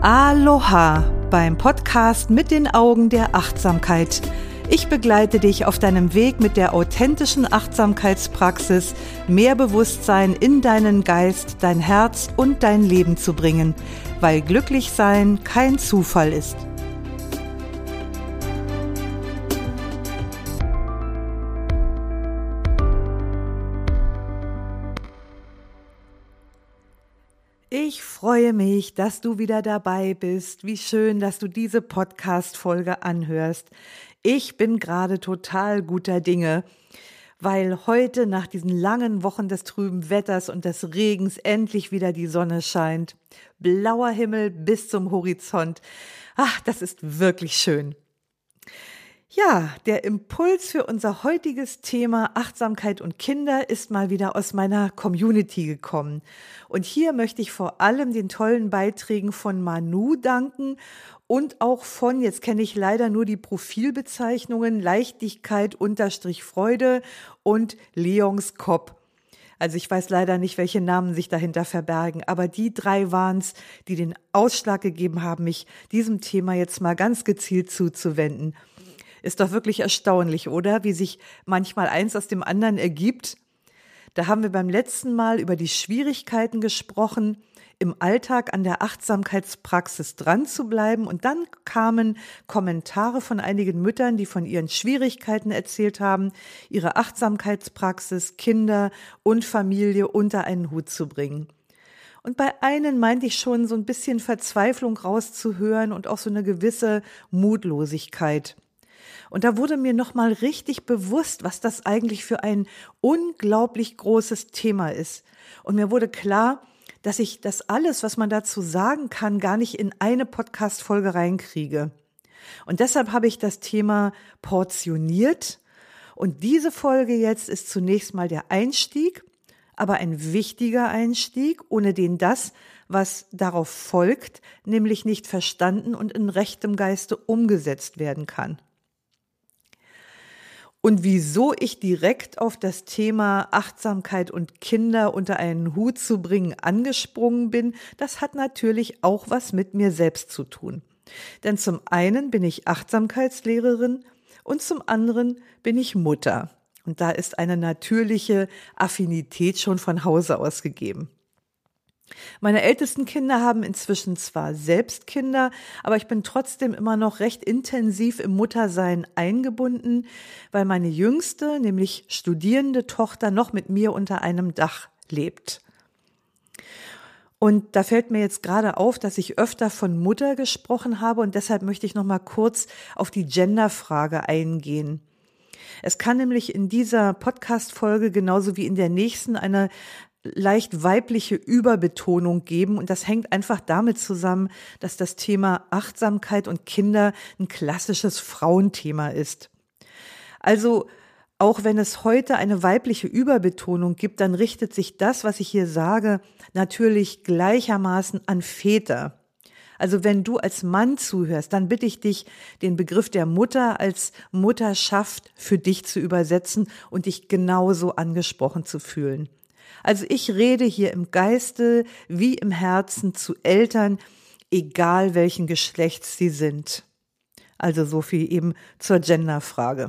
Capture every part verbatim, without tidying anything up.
Aloha beim Podcast mit den Augen der Achtsamkeit. Ich begleite dich auf deinem Weg mit der authentischen Achtsamkeitspraxis, mehr Bewusstsein in deinen Geist, dein Herz und dein Leben zu bringen, weil glücklich sein kein Zufall ist. Ich freue mich, dass du wieder dabei bist. Wie schön, dass du diese Podcast-Folge anhörst. Ich bin gerade total guter Dinge, weil heute nach diesen langen Wochen des trüben Wetters und des Regens endlich wieder die Sonne scheint. Blauer Himmel bis zum Horizont. Ach, das ist wirklich schön. Ja, der Impuls für unser heutiges Thema Achtsamkeit und Kinder ist mal wieder aus meiner Community gekommen. Und hier möchte ich vor allem den tollen Beiträgen von Manu danken und auch von, jetzt kenne ich leider nur die Profilbezeichnungen, Leichtigkeit unterstrich Freude und Leons Kopp. Also ich weiß leider nicht, welche Namen sich dahinter verbergen, aber die drei waren es, die den Ausschlag gegeben haben, mich diesem Thema jetzt mal ganz gezielt zuzuwenden. Ist doch wirklich erstaunlich, oder? Wie sich manchmal eins aus dem anderen ergibt. Da haben wir beim letzten Mal über die Schwierigkeiten gesprochen, im Alltag an der Achtsamkeitspraxis dran zu bleiben. Und dann kamen Kommentare von einigen Müttern, die von ihren Schwierigkeiten erzählt haben, ihre Achtsamkeitspraxis, Kinder und Familie unter einen Hut zu bringen. Und bei einen meinte ich schon so ein bisschen Verzweiflung rauszuhören und auch so eine gewisse Mutlosigkeit. Und da wurde mir nochmal richtig bewusst, was das eigentlich für ein unglaublich großes Thema ist. Und mir wurde klar, dass ich das alles, was man dazu sagen kann, gar nicht in eine Podcast-Folge reinkriege. Und deshalb habe ich das Thema portioniert. Und diese Folge jetzt ist zunächst mal der Einstieg, aber ein wichtiger Einstieg, ohne den das, was darauf folgt, nämlich nicht verstanden und in rechtem Geiste umgesetzt werden kann. Und wieso ich direkt auf das Thema Achtsamkeit und Kinder unter einen Hut zu bringen angesprungen bin, das hat natürlich auch was mit mir selbst zu tun. Denn zum einen bin ich Achtsamkeitslehrerin und zum anderen bin ich Mutter. Und da ist eine natürliche Affinität schon von Hause aus gegeben. Meine ältesten Kinder haben inzwischen zwar selbst Kinder, aber ich bin trotzdem immer noch recht intensiv im Muttersein eingebunden, weil meine jüngste, nämlich studierende Tochter, noch mit mir unter einem Dach lebt. Und da fällt mir jetzt gerade auf, dass ich öfter von Mutter gesprochen habe und deshalb möchte ich noch mal kurz auf die Genderfrage eingehen. Es kann nämlich in dieser Podcast-Folge genauso wie in der nächsten eine leicht weibliche Überbetonung geben und das hängt einfach damit zusammen, dass das Thema Achtsamkeit und Kinder ein klassisches Frauenthema ist. Also auch wenn es heute eine weibliche Überbetonung gibt, dann richtet sich das, was ich hier sage, natürlich gleichermaßen an Väter. Also wenn du als Mann zuhörst, dann bitte ich dich, den Begriff der Mutter als Mutterschaft für dich zu übersetzen und dich genauso angesprochen zu fühlen. Also ich rede hier im Geiste wie im Herzen zu Eltern, egal welchen Geschlechts sie sind. Also so viel eben zur Genderfrage.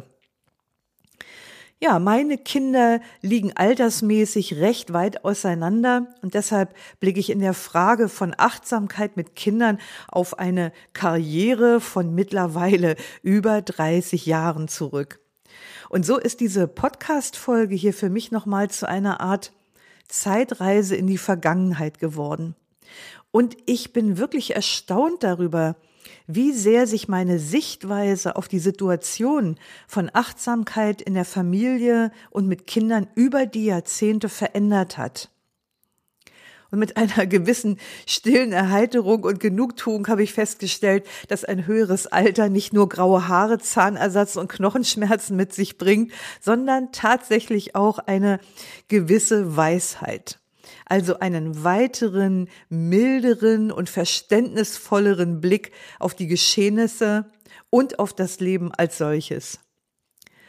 Ja, meine Kinder liegen altersmäßig recht weit auseinander und deshalb blicke ich in der Frage von Achtsamkeit mit Kindern auf eine Karriere von mittlerweile über dreißig Jahren zurück. Und so ist diese Podcast-Folge hier für mich nochmal zu einer Art Zeitreise in die Vergangenheit geworden. Und ich bin wirklich erstaunt darüber, wie sehr sich meine Sichtweise auf die Situation von Achtsamkeit in der Familie und mit Kindern über die Jahrzehnte verändert hat. Und mit einer gewissen stillen Erheiterung und Genugtuung habe ich festgestellt, dass ein höheres Alter nicht nur graue Haare, Zahnersatz und Knochenschmerzen mit sich bringt, sondern tatsächlich auch eine gewisse Weisheit. Also einen weiteren, milderen und verständnisvolleren Blick auf die Geschehnisse und auf das Leben als solches.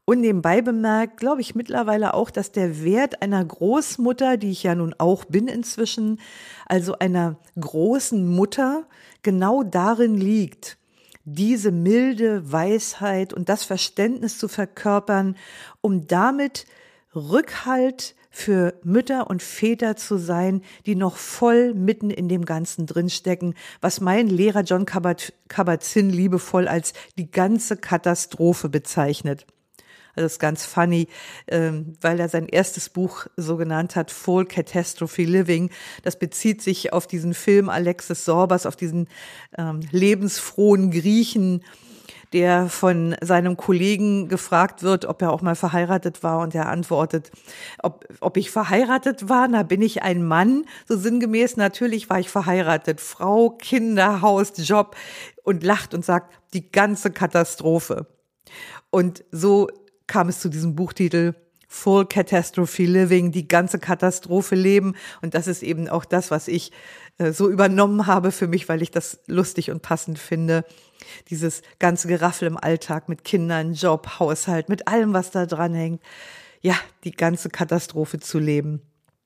Und nebenbei bemerkt, glaube ich mittlerweile auch, dass der Wert einer Großmutter, die ich ja nun auch bin inzwischen, also einer großen Mutter, genau darin liegt, diese milde Weisheit und das Verständnis zu verkörpern, um damit Rückhalt für Mütter und Väter zu sein, die noch voll mitten in dem Ganzen drinstecken, was mein Lehrer Jon Kabat-Zinn liebevoll als die ganze Katastrophe bezeichnet. Also das ist ganz funny, ähm, weil er sein erstes Buch so genannt hat, Full Catastrophe Living. Das bezieht sich auf diesen Film Alexis Sorbas, auf diesen ähm, lebensfrohen Griechen, der von seinem Kollegen gefragt wird, ob er auch mal verheiratet war, und er antwortet, ob, ob ich verheiratet war, na bin ich ein Mann, so sinngemäß, natürlich war ich verheiratet, Frau, Kinder, Haus, Job, und lacht und sagt, die ganze Katastrophe. Und so kam es zu diesem Buchtitel, Full Catastrophe Living, die ganze Katastrophe leben. Und das ist eben auch das, was ich äh, so übernommen habe für mich, weil ich das lustig und passend finde. Dieses ganze Geraffel im Alltag mit Kindern, Job, Haushalt, mit allem, was da dran hängt. Ja, die ganze Katastrophe zu leben.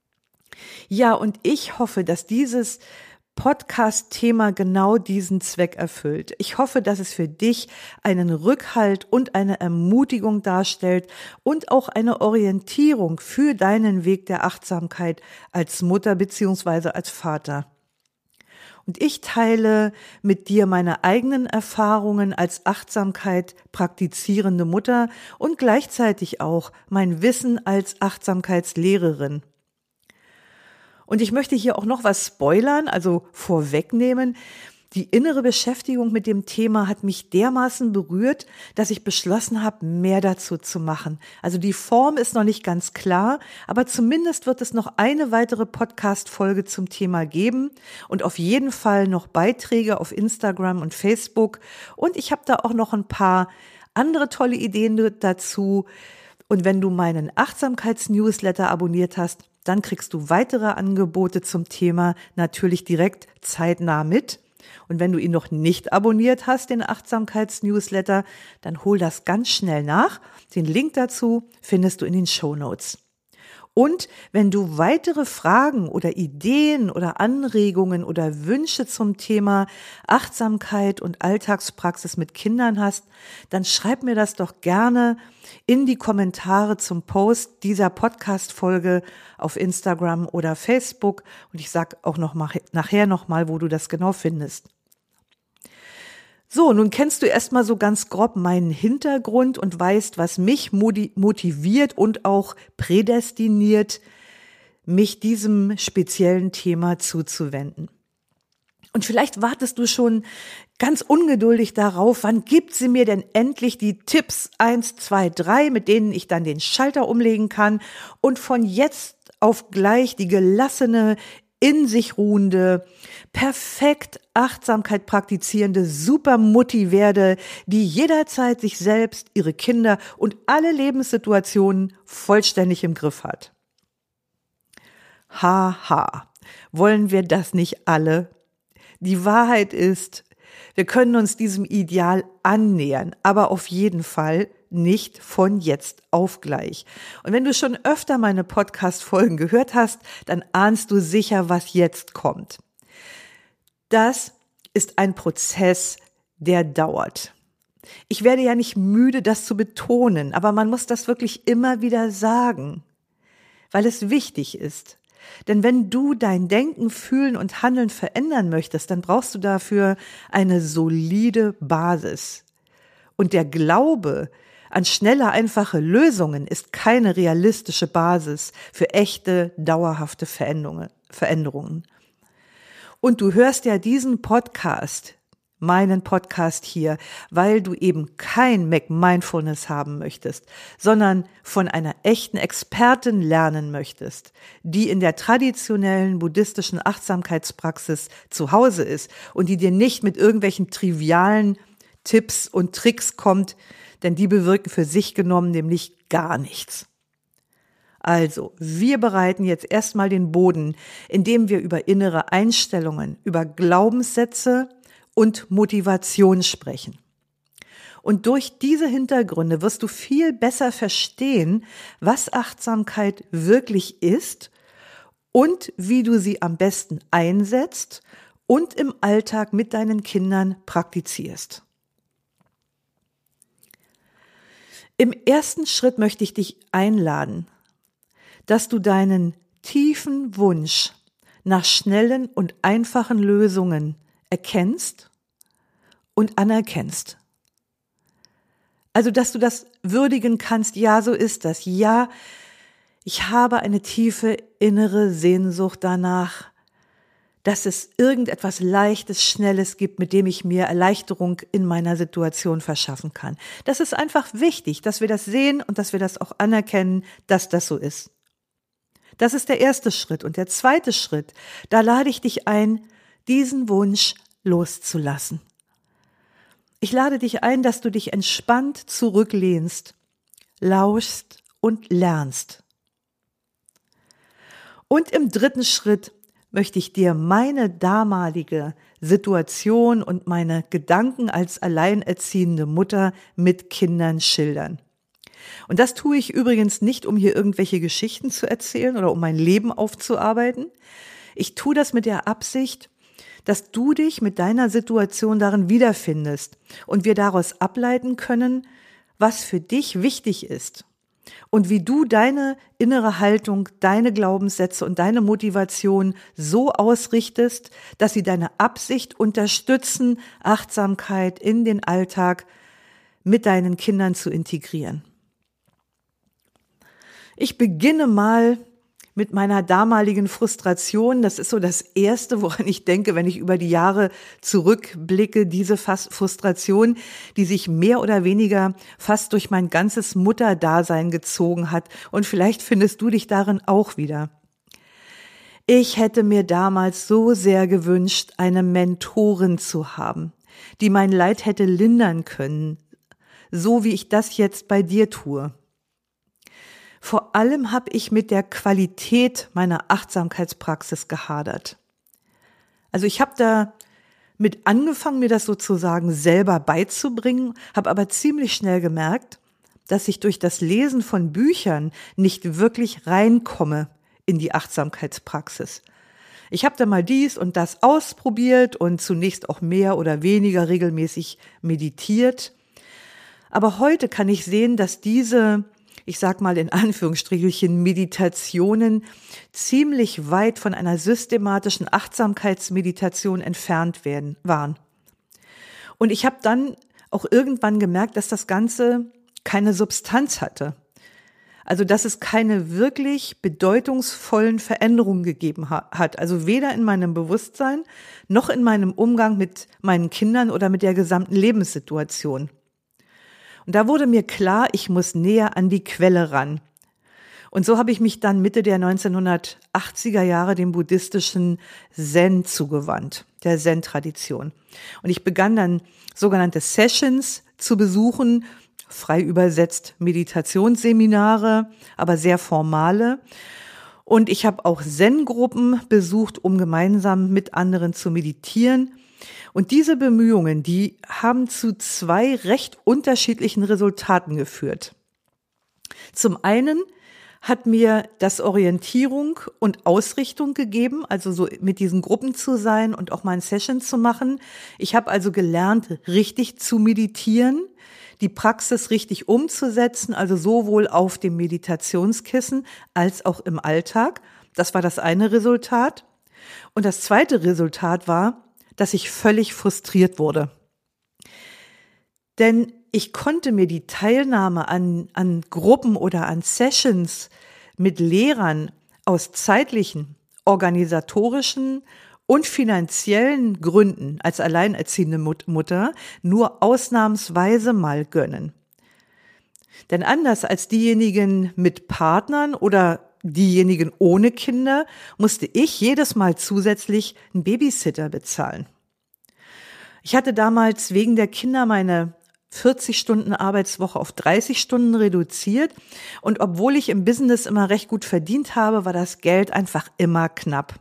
Ja, und ich hoffe, dass dieses Podcast-Thema genau diesen Zweck erfüllt. Ich hoffe, dass es für dich einen Rückhalt und eine Ermutigung darstellt und auch eine Orientierung für deinen Weg der Achtsamkeit als Mutter beziehungsweise als Vater. Und ich teile mit dir meine eigenen Erfahrungen als Achtsamkeit praktizierende Mutter und gleichzeitig auch mein Wissen als Achtsamkeitslehrerin. Und ich möchte hier auch noch was spoilern, also vorwegnehmen. Die innere Beschäftigung mit dem Thema hat mich dermaßen berührt, dass ich beschlossen habe, mehr dazu zu machen. Also die Form ist noch nicht ganz klar, aber zumindest wird es noch eine weitere Podcast-Folge zum Thema geben und auf jeden Fall noch Beiträge auf Instagram und Facebook. Und ich habe da auch noch ein paar andere tolle Ideen dazu. Und wenn du meinen Achtsamkeits-Newsletter abonniert hast, dann kriegst du weitere Angebote zum Thema natürlich direkt zeitnah mit. Und wenn du ihn noch nicht abonniert hast, den Achtsamkeits-Newsletter, dann hol das ganz schnell nach. Den Link dazu findest du in den Shownotes. Und wenn du weitere Fragen oder Ideen oder Anregungen oder Wünsche zum Thema Achtsamkeit und Alltagspraxis mit Kindern hast, dann schreib mir das doch gerne in die Kommentare zum Post dieser Podcast-Folge auf Instagram oder Facebook. Und ich sag auch noch mal, nachher nochmal, wo du das genau findest. So, nun kennst du erstmal so ganz grob meinen Hintergrund und weißt, was mich motiviert und auch prädestiniert, mich diesem speziellen Thema zuzuwenden. Und vielleicht wartest du schon ganz ungeduldig darauf, wann gibt sie mir denn endlich die Tipps eins, zwei, drei, mit denen ich dann den Schalter umlegen kann und von jetzt auf gleich die gelassene, in sich ruhende, perfekt Achtsamkeit praktizierende Supermutti werde, die jederzeit sich selbst, ihre Kinder und alle Lebenssituationen vollständig im Griff hat. Haha, wollen wir das nicht alle? Die Wahrheit ist, wir können uns diesem Ideal annähern, aber auf jeden Fall nicht von jetzt auf gleich. Und wenn du schon öfter meine Podcast-Folgen gehört hast, dann ahnst du sicher, was jetzt kommt. Das ist ein Prozess, der dauert. Ich werde ja nicht müde, das zu betonen, aber man muss das wirklich immer wieder sagen, weil es wichtig ist. Denn wenn du dein Denken, Fühlen und Handeln verändern möchtest, dann brauchst du dafür eine solide Basis. Und der Glaube an schnelle, einfache Lösungen ist keine realistische Basis für echte, dauerhafte Veränderungen. Und du hörst ja diesen Podcast, meinen Podcast hier, weil du eben kein McMindfulness haben möchtest, sondern von einer echten Expertin lernen möchtest, die in der traditionellen buddhistischen Achtsamkeitspraxis zu Hause ist und die dir nicht mit irgendwelchen trivialen Tipps und Tricks kommt, denn die bewirken für sich genommen nämlich gar nichts. Also, wir bereiten jetzt erstmal den Boden, indem wir über innere Einstellungen, über Glaubenssätze und Motivation sprechen. Und durch diese Hintergründe wirst du viel besser verstehen, was Achtsamkeit wirklich ist und wie du sie am besten einsetzt und im Alltag mit deinen Kindern praktizierst. Im ersten Schritt möchte ich dich einladen, dass du deinen tiefen Wunsch nach schnellen und einfachen Lösungen erkennst und anerkennst. Also, dass du das würdigen kannst, ja, so ist das. Ja, ich habe eine tiefe innere Sehnsucht danach, dass es irgendetwas Leichtes, Schnelles gibt, mit dem ich mir Erleichterung in meiner Situation verschaffen kann. Das ist einfach wichtig, dass wir das sehen und dass wir das auch anerkennen, dass das so ist. Das ist der erste Schritt. Und der zweite Schritt, da lade ich dich ein, diesen Wunsch loszulassen. Ich lade dich ein, dass du dich entspannt zurücklehnst, lauschst und lernst. Und im dritten Schritt möchte ich dir meine damalige Situation und meine Gedanken als alleinerziehende Mutter mit Kindern schildern. Und das tue ich übrigens nicht, um hier irgendwelche Geschichten zu erzählen oder um mein Leben aufzuarbeiten. Ich tue das mit der Absicht, dass du dich mit deiner Situation darin wiederfindest und wir daraus ableiten können, was für dich wichtig ist und wie du deine innere Haltung, deine Glaubenssätze und deine Motivation so ausrichtest, dass sie deine Absicht unterstützen, Achtsamkeit in den Alltag mit deinen Kindern zu integrieren. Ich beginne mal mit meiner damaligen Frustration. Das ist so das Erste, woran ich denke, wenn ich über die Jahre zurückblicke, diese Frustration, die sich mehr oder weniger fast durch mein ganzes Mutterdasein gezogen hat. Und vielleicht findest du dich darin auch wieder. Ich hätte mir damals so sehr gewünscht, eine Mentorin zu haben, die mein Leid hätte lindern können, so wie ich das jetzt bei dir tue. Vor allem habe ich mit der Qualität meiner Achtsamkeitspraxis gehadert. Also ich habe da mit angefangen, mir das sozusagen selber beizubringen, habe aber ziemlich schnell gemerkt, dass ich durch das Lesen von Büchern nicht wirklich reinkomme in die Achtsamkeitspraxis. Ich habe da mal dies und das ausprobiert und zunächst auch mehr oder weniger regelmäßig meditiert. Aber heute kann ich sehen, dass diese, ich sag mal in Anführungsstrichelchen, Meditationen ziemlich weit von einer systematischen Achtsamkeitsmeditation entfernt werden, waren. Und ich habe dann auch irgendwann gemerkt, dass das Ganze keine Substanz hatte. Also dass es keine wirklich bedeutungsvollen Veränderungen gegeben hat. Also weder in meinem Bewusstsein noch in meinem Umgang mit meinen Kindern oder mit der gesamten Lebenssituation. Und da wurde mir klar, ich muss näher an die Quelle ran. Und so habe ich mich dann Mitte der neunzehnhundertachtziger Jahre dem buddhistischen Zen zugewandt, der Zen-Tradition. Und ich begann dann sogenannte Sessions zu besuchen, frei übersetzt Meditationsseminare, aber sehr formale. Und ich habe auch Zen-Gruppen besucht, um gemeinsam mit anderen zu meditieren. Und diese Bemühungen, die haben zu zwei recht unterschiedlichen Resultaten geführt. Zum einen hat mir das Orientierung und Ausrichtung gegeben, also so mit diesen Gruppen zu sein und auch mal ein Session zu machen. Ich habe also gelernt, richtig zu meditieren, die Praxis richtig umzusetzen, also sowohl auf dem Meditationskissen als auch im Alltag. Das war das eine Resultat. Und das zweite Resultat war, dass ich völlig frustriert wurde. Denn ich konnte mir die Teilnahme an, an Gruppen oder an Sessions mit Lehrern aus zeitlichen, organisatorischen und finanziellen Gründen als alleinerziehende Mutter nur ausnahmsweise mal gönnen. Denn anders als diejenigen mit Partnern oder diejenigen ohne Kinder musste ich jedes Mal zusätzlich einen Babysitter bezahlen. Ich hatte damals wegen der Kinder meine vierzig Stunden Arbeitswoche auf dreißig Stunden reduziert und obwohl ich im Business immer recht gut verdient habe, war das Geld einfach immer knapp.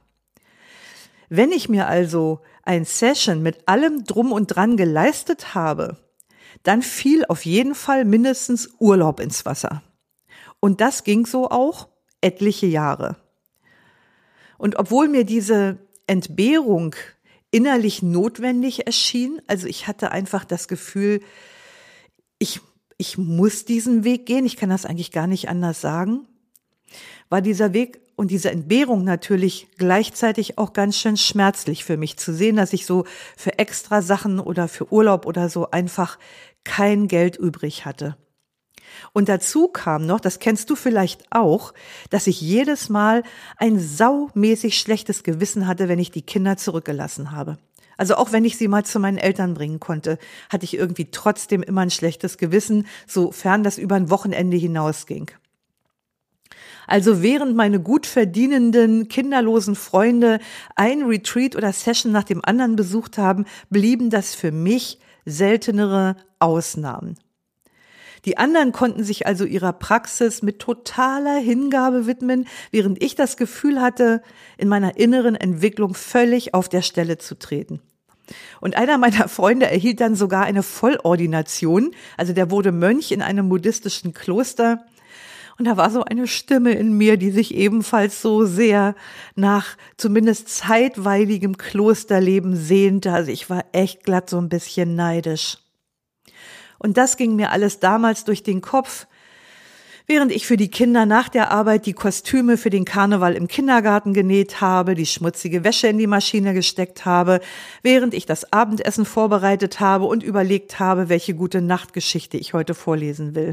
Wenn ich mir also ein Session mit allem Drum und Dran geleistet habe, dann fiel auf jeden Fall mindestens Urlaub ins Wasser. Und das ging so auch etliche Jahre. Und obwohl mir diese Entbehrung innerlich notwendig erschien, also ich hatte einfach das Gefühl, ich, ich muss diesen Weg gehen, ich kann das eigentlich gar nicht anders sagen, war dieser Weg und diese Entbehrung natürlich gleichzeitig auch ganz schön schmerzlich für mich zu sehen, dass ich so für extra Sachen oder für Urlaub oder so einfach kein Geld übrig hatte. Und dazu kam noch, das kennst du vielleicht auch, dass ich jedes Mal ein saumäßig schlechtes Gewissen hatte, wenn ich die Kinder zurückgelassen habe. Also auch wenn ich sie mal zu meinen Eltern bringen konnte, hatte ich irgendwie trotzdem immer ein schlechtes Gewissen, sofern das über ein Wochenende hinausging. Also während meine gut verdienenden, kinderlosen Freunde ein Retreat oder Session nach dem anderen besucht haben, blieben das für mich seltenere Ausnahmen. Die anderen konnten sich also ihrer Praxis mit totaler Hingabe widmen, während ich das Gefühl hatte, in meiner inneren Entwicklung völlig auf der Stelle zu treten. Und einer meiner Freunde erhielt dann sogar eine Vollordination, also der wurde Mönch in einem buddhistischen Kloster. Und da war so eine Stimme in mir, die sich ebenfalls so sehr nach zumindest zeitweiligem Klosterleben sehnte. Also ich war echt glatt so ein bisschen neidisch. Und das ging mir alles damals durch den Kopf, während ich für die Kinder nach der Arbeit die Kostüme für den Karneval im Kindergarten genäht habe, die schmutzige Wäsche in die Maschine gesteckt habe, während ich das Abendessen vorbereitet habe und überlegt habe, welche gute Nachtgeschichte ich heute vorlesen will.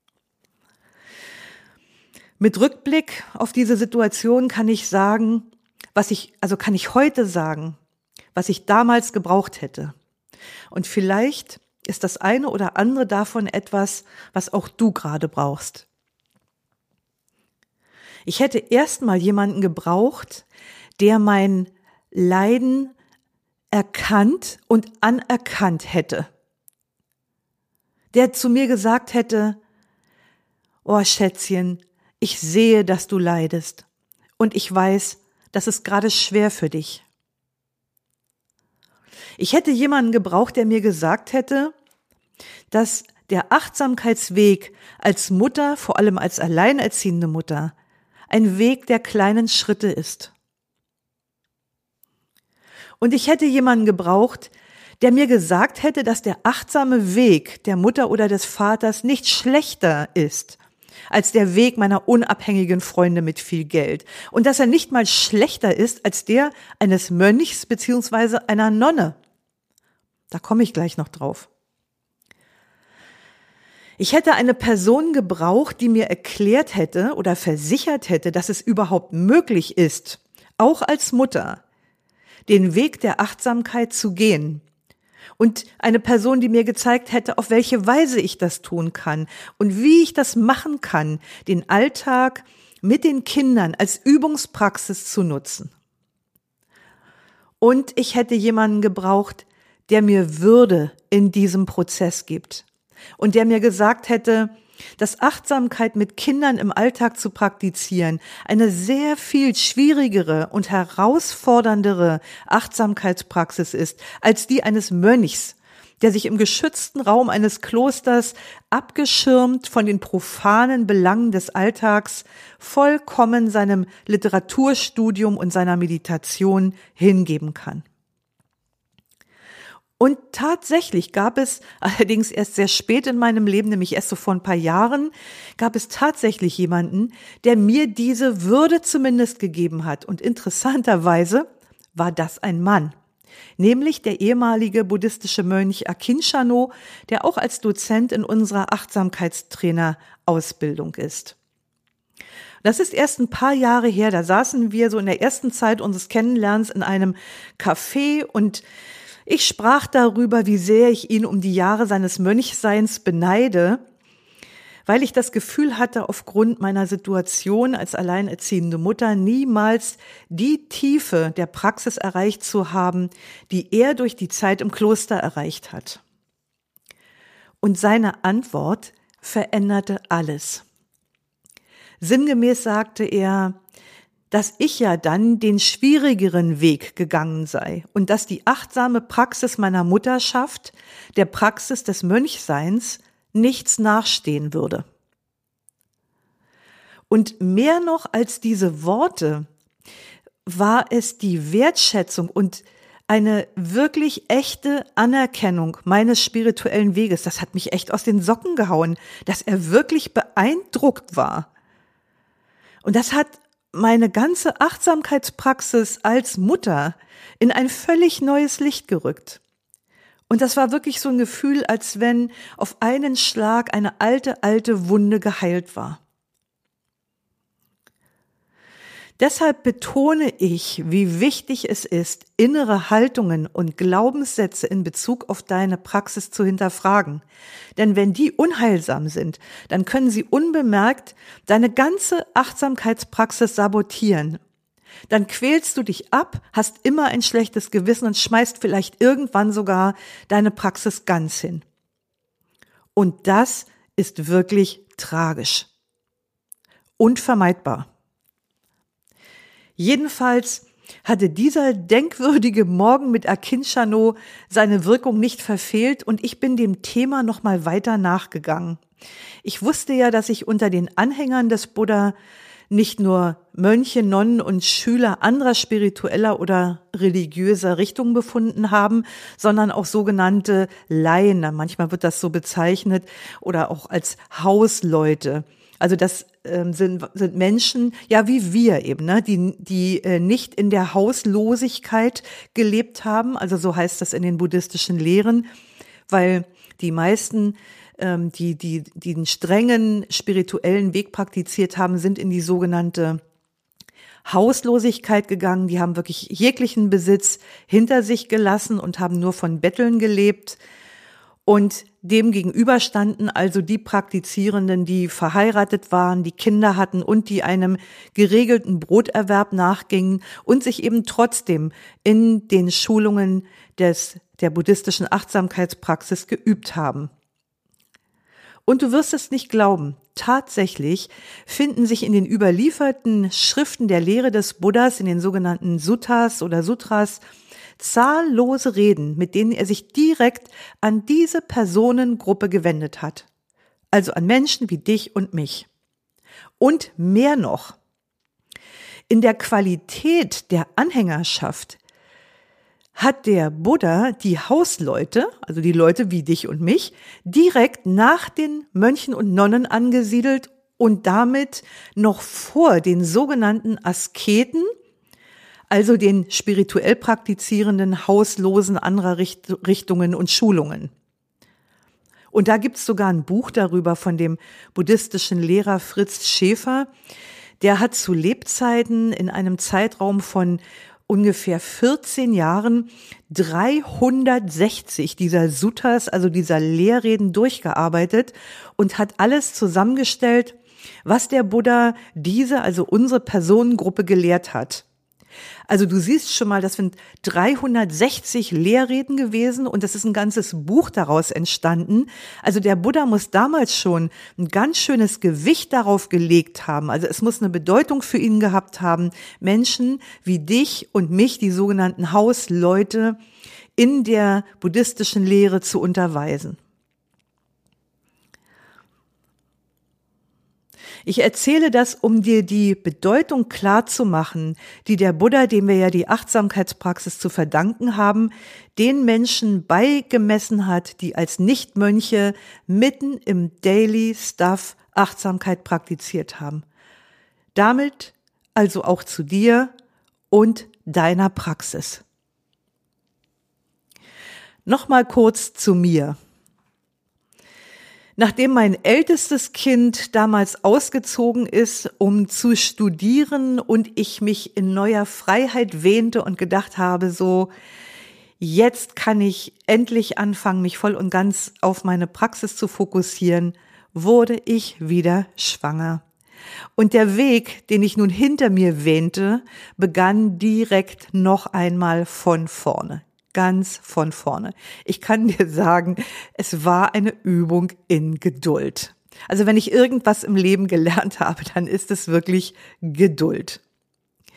Mit Rückblick auf diese Situation kann ich sagen, was ich, also kann ich heute sagen, was ich damals gebraucht hätte. Und vielleicht ist das eine oder andere davon etwas, was auch du gerade brauchst. Ich hätte erstmal jemanden gebraucht, der mein Leiden erkannt und anerkannt hätte. Der zu mir gesagt hätte, oh Schätzchen, ich sehe, dass du leidest und ich weiß, das ist gerade schwer für dich. Ich hätte jemanden gebraucht, der mir gesagt hätte, dass der Achtsamkeitsweg als Mutter, vor allem als alleinerziehende Mutter, ein Weg der kleinen Schritte ist. Und ich hätte jemanden gebraucht, der mir gesagt hätte, dass der achtsame Weg der Mutter oder des Vaters nicht schlechter ist als der Weg meiner unabhängigen Freunde mit viel Geld und dass er nicht mal schlechter ist als der eines Mönchs beziehungsweise einer Nonne. Da komme ich gleich noch drauf. Ich hätte eine Person gebraucht, die mir erklärt hätte oder versichert hätte, dass es überhaupt möglich ist, auch als Mutter, den Weg der Achtsamkeit zu gehen. Und eine Person, die mir gezeigt hätte, auf welche Weise ich das tun kann und wie ich das machen kann, den Alltag mit den Kindern als Übungspraxis zu nutzen. Und ich hätte jemanden gebraucht, der mir Würde in diesem Prozess gibt und der mir gesagt hätte, dass Achtsamkeit mit Kindern im Alltag zu praktizieren eine sehr viel schwierigere und herausforderndere Achtsamkeitspraxis ist als die eines Mönchs, der sich im geschützten Raum eines Klosters abgeschirmt von den profanen Belangen des Alltags vollkommen seinem Literaturstudium und seiner Meditation hingeben kann. Und tatsächlich gab es, allerdings erst sehr spät in meinem Leben, nämlich erst so vor ein paar Jahren, gab es tatsächlich jemanden, der mir diese Würde zumindest gegeben hat. Und interessanterweise war das ein Mann, nämlich der ehemalige buddhistische Mönch Akin Shano, der auch als Dozent in unserer Achtsamkeitstrainer-Ausbildung ist. Das ist erst ein paar Jahre her, da saßen wir so in der ersten Zeit unseres Kennenlernens in einem Café und ich sprach darüber, wie sehr ich ihn um die Jahre seines Mönchseins beneide, weil ich das Gefühl hatte, aufgrund meiner Situation als alleinerziehende Mutter niemals die Tiefe der Praxis erreicht zu haben, die er durch die Zeit im Kloster erreicht hat. Und seine Antwort veränderte alles. Sinngemäß sagte er, dass ich ja dann den schwierigeren Weg gegangen sei und dass die achtsame Praxis meiner Mutterschaft, der Praxis des Mönchseins, nichts nachstehen würde. Und mehr noch als diese Worte war es die Wertschätzung und eine wirklich echte Anerkennung meines spirituellen Weges. Das hat mich echt aus den Socken gehauen, dass er wirklich beeindruckt war. Und das hat meine ganze Achtsamkeitspraxis als Mutter in ein völlig neues Licht gerückt. Und das war wirklich so ein Gefühl, als wenn auf einen Schlag eine alte, alte Wunde geheilt war. Deshalb betone ich, wie wichtig es ist, innere Haltungen und Glaubenssätze in Bezug auf deine Praxis zu hinterfragen. Denn wenn die unheilsam sind, dann können sie unbemerkt deine ganze Achtsamkeitspraxis sabotieren. Dann quälst du dich ab, hast immer ein schlechtes Gewissen und schmeißt vielleicht irgendwann sogar deine Praxis ganz hin. Und das ist wirklich tragisch. Unvermeidbar. Jedenfalls hatte dieser denkwürdige Morgen mit Akin Shano seine Wirkung nicht verfehlt und ich bin dem Thema noch mal weiter nachgegangen. Ich wusste ja, dass sich unter den Anhängern des Buddha nicht nur Mönche, Nonnen und Schüler anderer spiritueller oder religiöser Richtungen befunden haben, sondern auch sogenannte Laien, manchmal wird das so bezeichnet, oder auch als Hausleute. Also das ähm, sind, sind Menschen, ja wie wir eben, ne, die, die äh, nicht in der Hauslosigkeit gelebt haben, also so heißt das in den buddhistischen Lehren, weil die meisten, ähm, die, die, die den strengen spirituellen Weg praktiziert haben, sind in die sogenannte Hauslosigkeit gegangen. Die haben wirklich jeglichen Besitz hinter sich gelassen und haben nur von Betteln gelebt. Und dem gegenüber standen also die Praktizierenden, die verheiratet waren, die Kinder hatten und die einem geregelten Broterwerb nachgingen und sich eben trotzdem in den Schulungen des, der buddhistischen Achtsamkeitspraxis geübt haben. Und du wirst es nicht glauben, tatsächlich finden sich in den überlieferten Schriften der Lehre des Buddhas, in den sogenannten Suttas oder Sutras, zahllose Reden, mit denen er sich direkt an diese Personengruppe gewendet hat. Also an Menschen wie dich und mich. Und mehr noch. In der Qualität der Anhängerschaft hat der Buddha die Hausleute, also die Leute wie dich und mich, direkt nach den Mönchen und Nonnen angesiedelt und damit noch vor den sogenannten Asketen, also den spirituell praktizierenden Hauslosen anderer Richtungen und Schulungen. Und da gibt's sogar ein Buch darüber von dem buddhistischen Lehrer Fritz Schäfer. Der hat zu Lebzeiten in einem Zeitraum von ungefähr vierzehn Jahren dreihundertsechzig dieser Suttas, also dieser Lehrreden durchgearbeitet und hat alles zusammengestellt, was der Buddha diese, also unsere Personengruppe gelehrt hat. Also du siehst schon mal, das sind dreihundertsechzig Lehrreden gewesen und es ist ein ganzes Buch daraus entstanden. Also der Buddha muss damals schon ein ganz schönes Gewicht darauf gelegt haben. Also es muss eine Bedeutung für ihn gehabt haben, Menschen wie dich und mich, die sogenannten Hausleute, in der buddhistischen Lehre zu unterweisen. Ich erzähle das, um dir die Bedeutung klarzumachen, die der Buddha, dem wir ja die Achtsamkeitspraxis zu verdanken haben, den Menschen beigemessen hat, die als Nichtmönche mitten im Daily Stuff Achtsamkeit praktiziert haben. Damit also auch zu dir und deiner Praxis. Nochmal kurz zu mir. Nachdem mein ältestes Kind damals ausgezogen ist, um zu studieren und ich mich in neuer Freiheit wähnte und gedacht habe, so, jetzt kann ich endlich anfangen, mich voll und ganz auf meine Praxis zu fokussieren, wurde ich wieder schwanger. Und der Weg, den ich nun hinter mir wähnte, begann direkt noch einmal von vorne. Ganz von vorne. Ich kann dir sagen, es war eine Übung in Geduld. Also wenn ich irgendwas im Leben gelernt habe, dann ist es wirklich Geduld.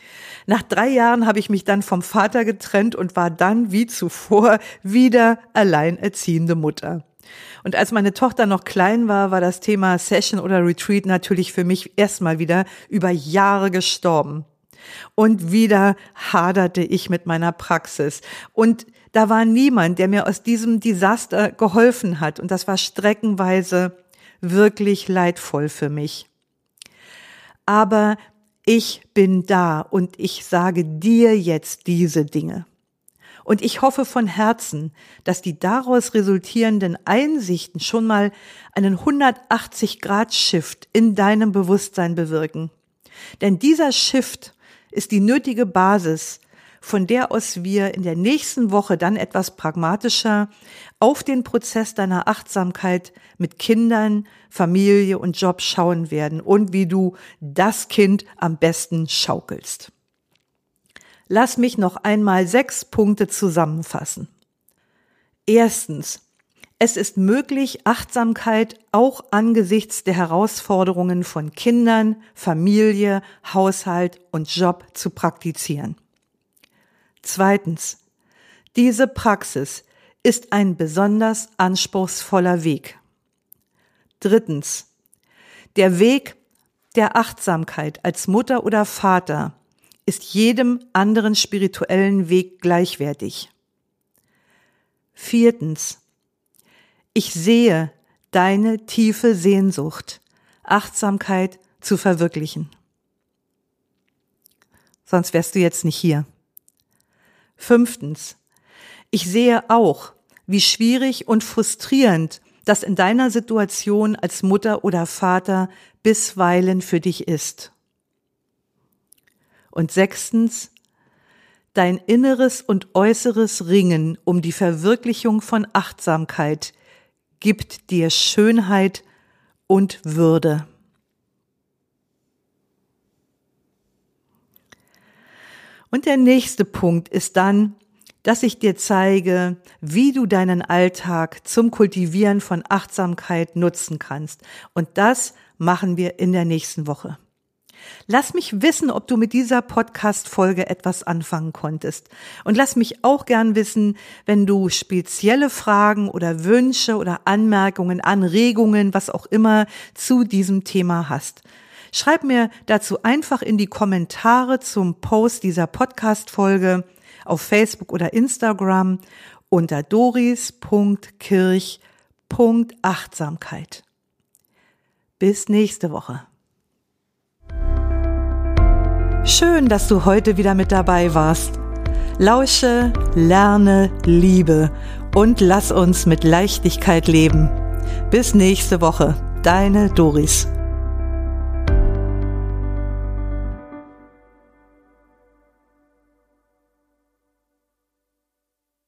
Nach drei Jahren habe ich mich dann vom Vater getrennt und war dann wie zuvor wieder alleinerziehende Mutter. Und als meine Tochter noch klein war, war das Thema Session oder Retreat natürlich für mich erstmal wieder über Jahre gestorben. Und wieder haderte ich mit meiner Praxis. Und da war niemand, der mir aus diesem Desaster geholfen hat. Und das war streckenweise wirklich leidvoll für mich. Aber ich bin da und ich sage dir jetzt diese Dinge. Und ich hoffe von Herzen, dass die daraus resultierenden Einsichten schon mal einen hundertachtzig Grad Shift in deinem Bewusstsein bewirken. Denn dieser Shift ist die nötige Basis, von der aus wir in der nächsten Woche dann etwas pragmatischer auf den Prozess deiner Achtsamkeit mit Kindern, Familie und Job schauen werden und wie du das Kind am besten schaukelst. Lass mich noch einmal sechs Punkte zusammenfassen. Erstens, es ist möglich, Achtsamkeit auch angesichts der Herausforderungen von Kindern, Familie, Haushalt und Job zu praktizieren. Zweitens, diese Praxis ist ein besonders anspruchsvoller Weg. Drittens, der Weg der Achtsamkeit als Mutter oder Vater ist jedem anderen spirituellen Weg gleichwertig. Viertens, ich sehe deine tiefe Sehnsucht, Achtsamkeit zu verwirklichen. Sonst wärst du jetzt nicht hier. Fünftens, ich sehe auch, wie schwierig und frustrierend das in deiner Situation als Mutter oder Vater bisweilen für dich ist. Und sechstens, dein inneres und äußeres Ringen um die Verwirklichung von Achtsamkeit gibt dir Schönheit und Würde. Und der nächste Punkt ist dann, dass ich dir zeige, wie du deinen Alltag zum Kultivieren von Achtsamkeit nutzen kannst. Und das machen wir in der nächsten Woche. Lass mich wissen, ob du mit dieser Podcast-Folge etwas anfangen konntest. Und lass mich auch gern wissen, wenn du spezielle Fragen oder Wünsche oder Anmerkungen, Anregungen, was auch immer zu diesem Thema hast. Schreib mir dazu einfach in die Kommentare zum Post dieser Podcast-Folge auf Facebook oder Instagram unter doris punkt kirch punkt achtsamkeit. Bis nächste Woche. Schön, dass du heute wieder mit dabei warst. Lausche, lerne, liebe und lass uns mit Leichtigkeit leben. Bis nächste Woche, deine Doris.